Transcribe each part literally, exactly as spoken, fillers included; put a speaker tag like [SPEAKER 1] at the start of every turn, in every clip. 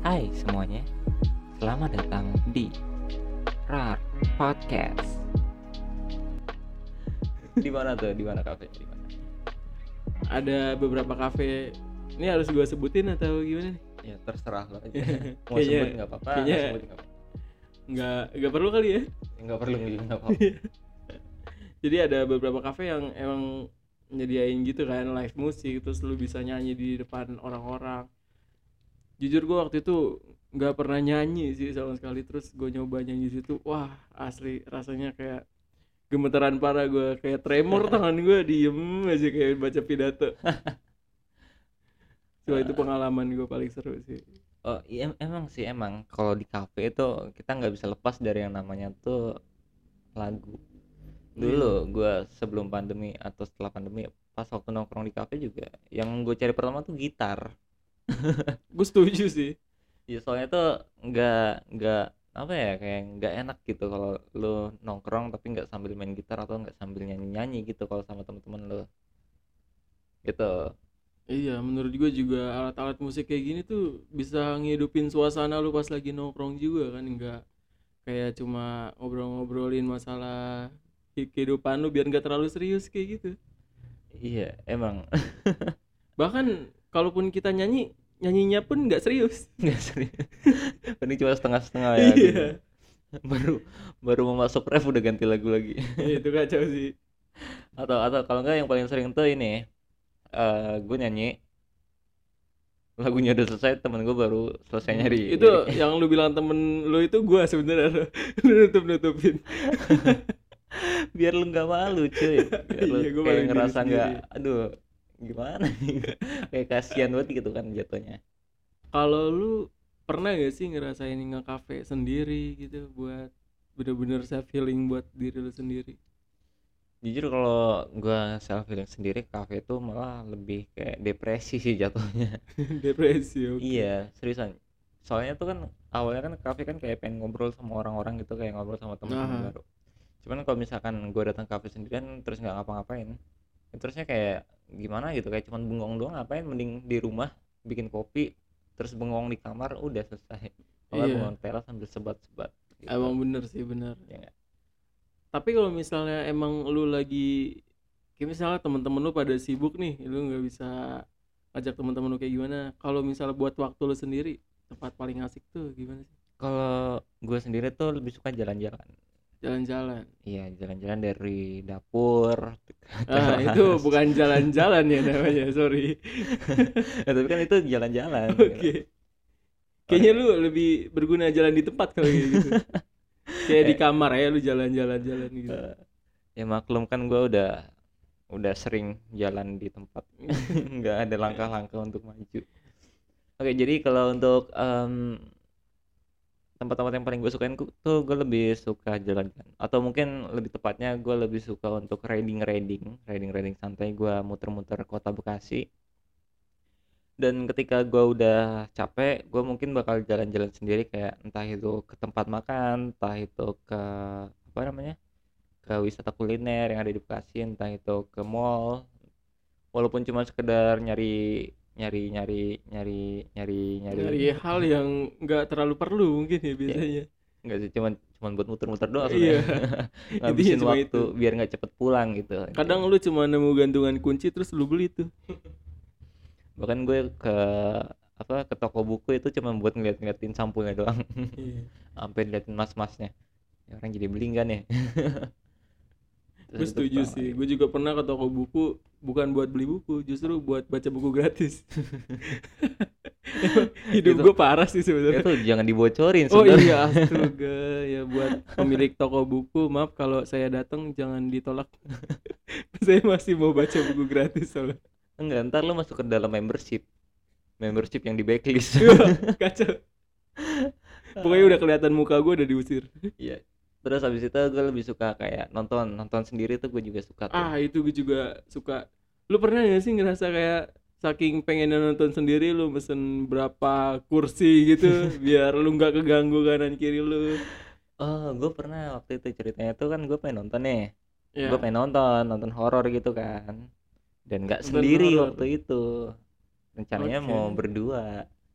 [SPEAKER 1] Hai semuanya, selamat datang di R A R Podcast.
[SPEAKER 2] Di mana tuh? Di mana kafe? Di mana?
[SPEAKER 3] Ada beberapa kafe. Ini harus gue sebutin atau gimana nih?
[SPEAKER 2] Ya terserah lo aja. Mau
[SPEAKER 3] Kayaknya-
[SPEAKER 2] sebut nggak apa-apa.
[SPEAKER 3] kayaknya-
[SPEAKER 2] Nggak sebut nggak apa-apa.
[SPEAKER 3] Nggak, nggak perlu kali ya.
[SPEAKER 2] Nggak perlu nggak apa-apa.
[SPEAKER 3] Jadi ada beberapa kafe yang emang nyediain gitu kan live musik, terus lu bisa nyanyi di depan orang-orang. Jujur gue waktu itu nggak pernah nyanyi sih sama sekali, terus gue nyoba nyanyi di situ, wah asli rasanya kayak gemetaran parah, gue kayak tremor tangan gue diem aja kayak baca pidato. Coba itu pengalaman gue paling seru sih.
[SPEAKER 2] Oh iya emang sih emang kalau di kafe itu kita nggak bisa lepas dari yang namanya tuh lagu. Dulu gue sebelum pandemi atau setelah pandemi pas waktu nongkrong di kafe juga yang gue cari pertama tuh gitar.
[SPEAKER 3] Gue setuju sih.
[SPEAKER 2] Ya soalnya tuh nggak nggak apa ya kayak nggak enak gitu kalau lu nongkrong tapi nggak sambil main gitar atau nggak sambil nyanyi nyanyi gitu kalau sama teman-teman lu gitu.
[SPEAKER 3] Iya, menurut gue juga alat-alat musik kayak gini tuh bisa ngehidupin suasana lu pas lagi nongkrong juga kan, enggak kayak cuma ngobrol-ngobrolin masalah hi- kehidupan lu biar nggak terlalu serius kayak gitu.
[SPEAKER 2] Iya emang
[SPEAKER 3] Bahkan kalaupun kita nyanyi, nyanyinya pun nggak serius.
[SPEAKER 2] nggak serius. Ini cuma setengah-setengah ya.
[SPEAKER 3] Iya.
[SPEAKER 2] gitu. Baru baru mau masuk ref udah ganti lagu lagi.
[SPEAKER 3] Iya, itu kacau sih.
[SPEAKER 2] Atau atau kalau nggak yang paling sering tuh ini eh gue nyanyi lagunya udah selesai temen gue baru selesai nyari.
[SPEAKER 3] Itu
[SPEAKER 2] nyari.
[SPEAKER 3] yang lu bilang temen lu itu gue sebenarnya lu nutup-nutupin.
[SPEAKER 2] Biar lu nggak malu cuy. Biar lu
[SPEAKER 3] Iya, gua
[SPEAKER 2] kayak
[SPEAKER 3] maluin diri
[SPEAKER 2] ngerasa nggak
[SPEAKER 3] sendiri.
[SPEAKER 2] aduh gimana nih. Kayak kasihan banget gitu kan jatuhnya.
[SPEAKER 3] Kalau lu pernah gak sih ngerasain nge-cafe sendiri gitu buat bener-bener self healing buat diri lu sendiri?
[SPEAKER 2] Jujur kalau gue self healing sendiri kafe itu malah lebih kayak depresi sih jatuhnya.
[SPEAKER 3] Depresi, oke.
[SPEAKER 2] Iya seriusan. Soalnya tuh kan awalnya kan kafe kan kayak pengen ngobrol sama orang-orang gitu kayak ngobrol sama teman-teman
[SPEAKER 3] Aha.
[SPEAKER 2] baru. Cuman kalau misalkan gue datang kafe sendirian terus nggak ngapa-ngapain, ya terusnya kayak gimana gitu kayak cuman bengong doang ngapain mending di rumah bikin kopi terus bengong di kamar udah selesai. Kalau
[SPEAKER 3] Iya.
[SPEAKER 2] bengong teras sambil sebat-sebat. Gitu.
[SPEAKER 3] Emang bener sih, bener.
[SPEAKER 2] Ya nggak?
[SPEAKER 3] Tapi kalau misalnya emang lu lagi kayak misalnya temen-temen lu pada sibuk nih, lu nggak bisa ajak temen-temen lu kayak gimana. Kalau misalnya buat waktu lu sendiri, tempat paling asik tuh gimana sih?
[SPEAKER 2] Kalau gue sendiri tuh lebih suka jalan-jalan.
[SPEAKER 3] Jalan-jalan.
[SPEAKER 2] Iya jalan-jalan dari dapur.
[SPEAKER 3] Ah, itu bukan jalan-jalan ya namanya, sorry.
[SPEAKER 2] Ya, tapi kan itu jalan-jalan.
[SPEAKER 3] Oke.
[SPEAKER 2] gitu.
[SPEAKER 3] Kayaknya lu lebih berguna jalan di tempat kalau kayak gitu. Kayak di kamar ya lu jalan-jalan-jalan gitu.
[SPEAKER 2] Eh, ya maklum kan gue udah udah sering jalan di tempat nggak ada langkah-langkah untuk maju. Oke jadi kalau untuk em, tempat-tempat yang paling gue sukain ku- tuh gue lebih suka jalan-jalan atau mungkin lebih tepatnya gue lebih suka untuk riding-riding riding-riding santai gue muter-muter kota Bekasi. Dan ketika gue udah capek gue mungkin bakal jalan-jalan sendiri kayak entah itu ke tempat makan entah itu ke apa namanya ke wisata kuliner yang ada di Bekasi entah itu ke mall walaupun cuma sekedar nyari nyari nyari nyari nyari nyari
[SPEAKER 3] Dari hal yang nggak terlalu perlu mungkin ya biasanya.
[SPEAKER 2] nggak sih cuman cuman buat muter-muter doang
[SPEAKER 3] Iya.
[SPEAKER 2] sebenarnya.
[SPEAKER 3] Intinya
[SPEAKER 2] Ngabisin
[SPEAKER 3] cuma
[SPEAKER 2] waktu
[SPEAKER 3] itu.
[SPEAKER 2] biar nggak cepet pulang gitu
[SPEAKER 3] Kadang lu cuma nemu gantungan kunci terus lu beli tuh.
[SPEAKER 2] bahkan gue ke apa ke toko buku itu cuma buat ngeliat-ngeliatin sampulnya doang
[SPEAKER 3] Iya.
[SPEAKER 2] sampai diliatin mas-masnya ya, orang jadi beli kan ya. Terus
[SPEAKER 3] Gue
[SPEAKER 2] itu
[SPEAKER 3] setuju
[SPEAKER 2] pulang
[SPEAKER 3] sih.
[SPEAKER 2] lagi.
[SPEAKER 3] Gue juga pernah ke toko buku bukan buat beli buku, justru buat baca buku gratis. Emang hidup
[SPEAKER 2] Itu-
[SPEAKER 3] gue parah sih sebenarnya.
[SPEAKER 2] itu jangan dibocorin
[SPEAKER 3] Oh
[SPEAKER 2] sebenarnya.
[SPEAKER 3] iya, astaga ya buat pemilik toko buku, maaf kalau saya datang jangan ditolak. Saya masih mau baca buku gratis soalnya.
[SPEAKER 2] Enggak, ntar lo masuk ke dalam membership membership yang di backlist.
[SPEAKER 3] Kacau. Pokoknya udah kelihatan muka gue udah diusir.
[SPEAKER 2] Iya. Terus habis itu gue lebih suka kayak nonton nonton sendiri tuh gue juga suka tuh.
[SPEAKER 3] Ah itu gue juga suka. Lu pernah gak sih ngerasa kayak saking pengen nonton sendiri lu mesen berapa kursi gitu biar lu nggak keganggu kanan kiri lu.
[SPEAKER 2] Oh gue pernah waktu itu ceritanya tuh kan gue pengen nonton nih
[SPEAKER 3] Ya.
[SPEAKER 2] gue pengen nonton nonton horor gitu kan dan nggak
[SPEAKER 3] Nonton
[SPEAKER 2] sendiri
[SPEAKER 3] horor.
[SPEAKER 2] waktu itu rencananya
[SPEAKER 3] Oke.
[SPEAKER 2] mau berdua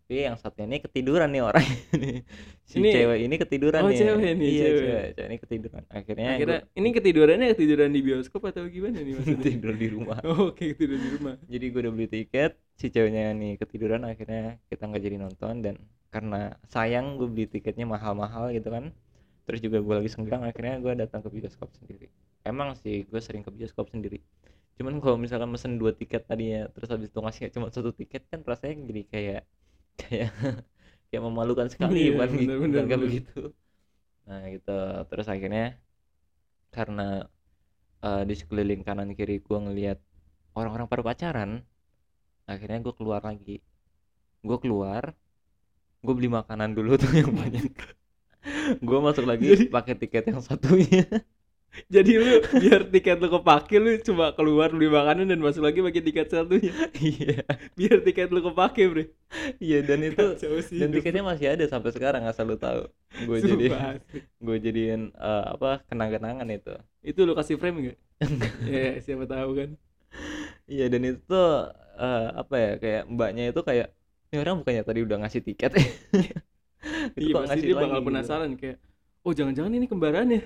[SPEAKER 2] Tapi yang satunya ini ketiduran nih orang ini. Si
[SPEAKER 3] Ini-
[SPEAKER 2] cewek ini ketiduran
[SPEAKER 3] oh,
[SPEAKER 2] nih.
[SPEAKER 3] cewek nih,
[SPEAKER 2] Iya,
[SPEAKER 3] cewek.
[SPEAKER 2] cewek. Cewek ini ketiduran. Akhirnya,
[SPEAKER 3] Akhirnya
[SPEAKER 2] gua
[SPEAKER 3] ini ketidurannya ketiduran di bioskop atau gimana nih maksudnya?
[SPEAKER 2] tidur di rumah.
[SPEAKER 3] Oh, oke, tidur di rumah.
[SPEAKER 2] Jadi gue udah beli tiket, si ceweknya nih ketiduran, akhirnya kita nggak jadi nonton. Dan karena sayang gue beli tiketnya mahal-mahal gitu kan, terus juga gue lagi senggang, akhirnya gue datang ke bioskop sendiri. Emang sih gue sering ke bioskop sendiri, cuman kalau misalkan mesen dua tiket tadinya terus habis itu ngasih cuma satu tiket kan rasanya jadi kayak kayak kayak memalukan sekali.
[SPEAKER 3] Iya,
[SPEAKER 2] bukan gitu,
[SPEAKER 3] bener, bener,
[SPEAKER 2] bukan
[SPEAKER 3] bener.
[SPEAKER 2] begitu. Nah gitu, terus akhirnya karena eh, di sekeliling kanan kiri gue ngelihat orang-orang pada pacaran, akhirnya gue keluar lagi. Gue keluar, gue beli makanan dulu tuh yang banyak. Gue masuk lagi
[SPEAKER 3] Jadi-
[SPEAKER 2] pakai tiket yang satunya.
[SPEAKER 3] Jadi lu biar tiket lu kepake, lu cuma keluar beli makanan dan masuk lagi pakai tiket satunya.
[SPEAKER 2] Iya,
[SPEAKER 3] Biar tiket lu kepake, Bre.
[SPEAKER 2] iya dan itu
[SPEAKER 3] Kacau sih
[SPEAKER 2] dan
[SPEAKER 3] hidup.
[SPEAKER 2] tiketnya masih ada sampai sekarang, asal lu tahu. Gue jadi
[SPEAKER 3] Sumpah.
[SPEAKER 2] gue jadiin eh, apa kenang-kenangan itu.
[SPEAKER 3] Itu lu kasih frame enggak? Ya, siapa tahu kan.
[SPEAKER 2] Iya, dan itu tuh eh, apa ya, kayak mbaknya itu kayak, ini orang bukannya tadi udah ngasih tiket. Itu
[SPEAKER 3] Iya,
[SPEAKER 2] kok
[SPEAKER 3] pasti
[SPEAKER 2] ngasih
[SPEAKER 3] dia
[SPEAKER 2] lagi
[SPEAKER 3] bakal
[SPEAKER 2] gitu.
[SPEAKER 3] penasaran kayak, oh jangan-jangan ini kembarannya.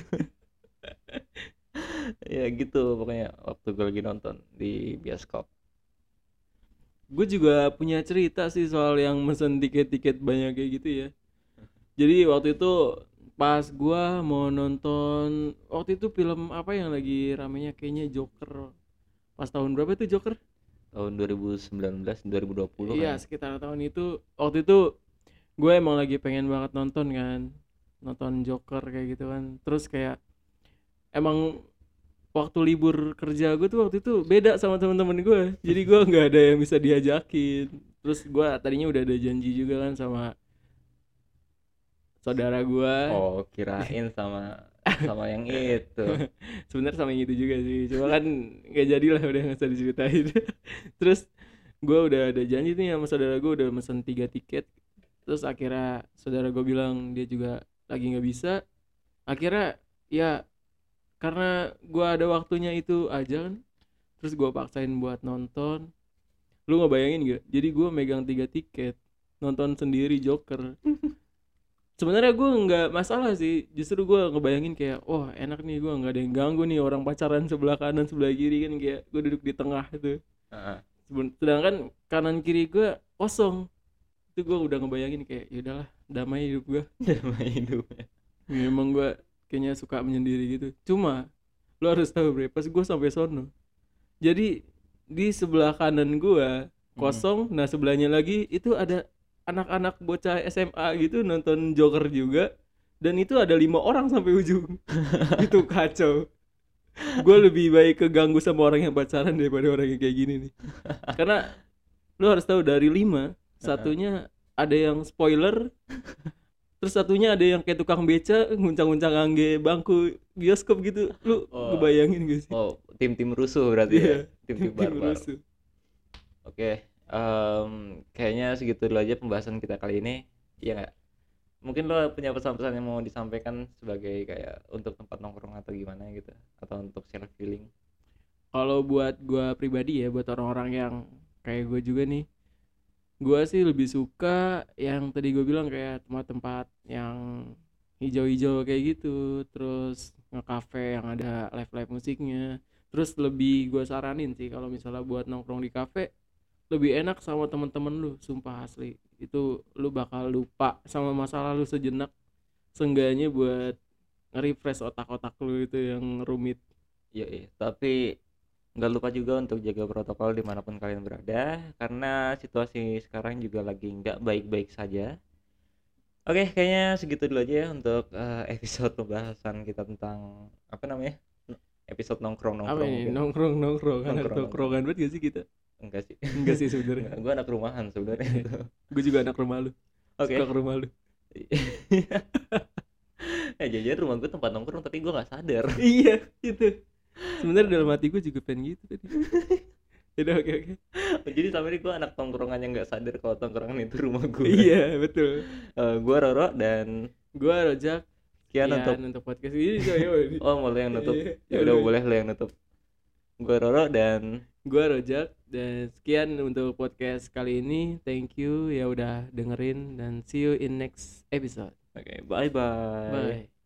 [SPEAKER 2] Ya gitu pokoknya waktu gue lagi nonton di bioskop.
[SPEAKER 3] Gue juga punya cerita sih soal yang mesen tiket-tiket banyak kayak gitu ya. Jadi waktu itu pas gua mau nonton, waktu itu film apa yang lagi ramenya, kayaknya Joker. Pas tahun berapa itu Joker?
[SPEAKER 2] Tahun dua ribu sembilan belas dua ribu dua puluh
[SPEAKER 3] Iya,
[SPEAKER 2] kan.
[SPEAKER 3] sekitar tahun itu. Waktu itu gue emang lagi pengen banget nonton kan, nonton Joker kayak gitu kan. Terus kayak emang waktu libur kerja gue tuh waktu itu beda sama teman-teman gue, jadi gue nggak ada yang bisa diajakin. Terus gue tadinya udah ada janji juga kan sama saudara gue.
[SPEAKER 2] Oh, kirain sama sama yang itu.
[SPEAKER 3] Sebenarnya sama yang itu juga sih, cuma kan nggak jadi lah, udah nggak usah diceritain. Terus gue udah ada janji nih sama saudara gue, udah mesen tiga tiket. Terus akhirnya saudara gue bilang dia juga lagi nggak bisa. Akhirnya ya karena gue ada waktunya itu aja kan, terus gue paksain buat nonton. Lu ngebayangin gak? Jadi gue megang tiga tiket nonton sendiri Joker. Sebenarnya gue nggak masalah sih, justru gue ngebayangin kayak, wah enak nih, gue nggak ada yang ganggu nih, orang pacaran sebelah kanan sebelah kiri kan, kayak gue duduk di tengah itu.
[SPEAKER 2] Heeh.
[SPEAKER 3] Seben- sedangkan kanan kiri gue kosong. Itu gue udah ngebayangin kayak, yaudahlah, damai hidup gue.
[SPEAKER 2] Damai hidupnya.
[SPEAKER 3] Memang gue kayaknya suka menyendiri gitu. Cuma lo harus tahu bre, pas gue sampai sono, jadi di sebelah kanan gue kosong, nah sebelahnya lagi itu ada anak-anak bocah S M A gitu nonton Joker juga, dan itu ada lima orang sampai ujung. Itu kacau. Gue lebih baik keganggu sama orang yang pacaran daripada orang yang kayak gini nih. Karena lo harus tahu dari lima, satunya ada yang spoiler, terus satunya ada yang kayak tukang beca nguncang-nguncang angge bangku bioskop gitu. Lu
[SPEAKER 2] Oh.
[SPEAKER 3] ngebayangin gak sih?
[SPEAKER 2] Oh, tim-tim rusuh berarti
[SPEAKER 3] Iya,
[SPEAKER 2] ya. Tim-tim
[SPEAKER 3] Tim
[SPEAKER 2] barbar.
[SPEAKER 3] rusuh.
[SPEAKER 2] Oke, em, kayaknya segitu dulu aja pembahasan kita kali ini. Iya nggak? Mungkin lo punya pesan-pesan yang mau disampaikan sebagai kayak untuk tempat nongkrong atau gimana gitu, atau untuk share feeling.
[SPEAKER 3] Kalau buat gua pribadi ya, buat orang-orang yang kayak gue juga nih, gua sih lebih suka yang tadi gue bilang kayak tempat-tempat yang hijau-hijau kayak gitu, terus nge-cafe yang ada live-live musiknya. Terus lebih gua saranin sih kalau misalnya buat nongkrong di cafe, lebih enak sama temen-temen lu, sumpah asli. Itu lu bakal lupa sama masalah lu sejenak, seenggaknya buat nge-refresh otak-otak lu itu yang rumit.
[SPEAKER 2] Iya, iya. Tapi nggak lupa juga untuk jaga protokol dimanapun kalian berada, karena situasi sekarang juga lagi nggak baik-baik saja. Oke, kayaknya segitu dulu aja ya untuk eh, episode pembahasan kita tentang apa namanya? Episode nongkrong-nongkrong.
[SPEAKER 3] Apa ini?
[SPEAKER 2] mungkin.
[SPEAKER 3] Nongkrong-nongkrong, anak
[SPEAKER 2] Nongkrong.
[SPEAKER 3] nongkrongan banget gak sih kita?
[SPEAKER 2] Enggak sih.
[SPEAKER 3] Enggak sih sebenarnya.
[SPEAKER 2] Gue anak rumahan sebenarnya itu.
[SPEAKER 3] Gue juga anak rumah lu.
[SPEAKER 2] Oke.
[SPEAKER 3] Suka ke rumah lu.
[SPEAKER 2] Eh, jajan rumah gue tempat nongkrong tapi gue nggak sadar.
[SPEAKER 3] Iya, itu. Sebenarnya dalam hati gue juga pengen gitu tadi. Udah, oke oke.
[SPEAKER 2] Jadi sampai ini gue anak tongkrongan yang nggak sadar kalau tongkrongan itu rumah gue.
[SPEAKER 3] Iya, betul.
[SPEAKER 2] Eh, gue Roro dan
[SPEAKER 3] Gue Rojak.
[SPEAKER 2] Kian
[SPEAKER 3] Kian
[SPEAKER 2] untuk
[SPEAKER 3] untuk podcast ini. So, yuk.
[SPEAKER 2] oh mau lo yang nutup.
[SPEAKER 3] Iya.
[SPEAKER 2] Ya udah boleh lo yang nutup. Gue Roro dan
[SPEAKER 3] Gua Rojak, dan sekian untuk podcast kali ini. Thank you ya udah dengerin, dan see you in next episode.
[SPEAKER 2] oke, bye bye.
[SPEAKER 3] Bye.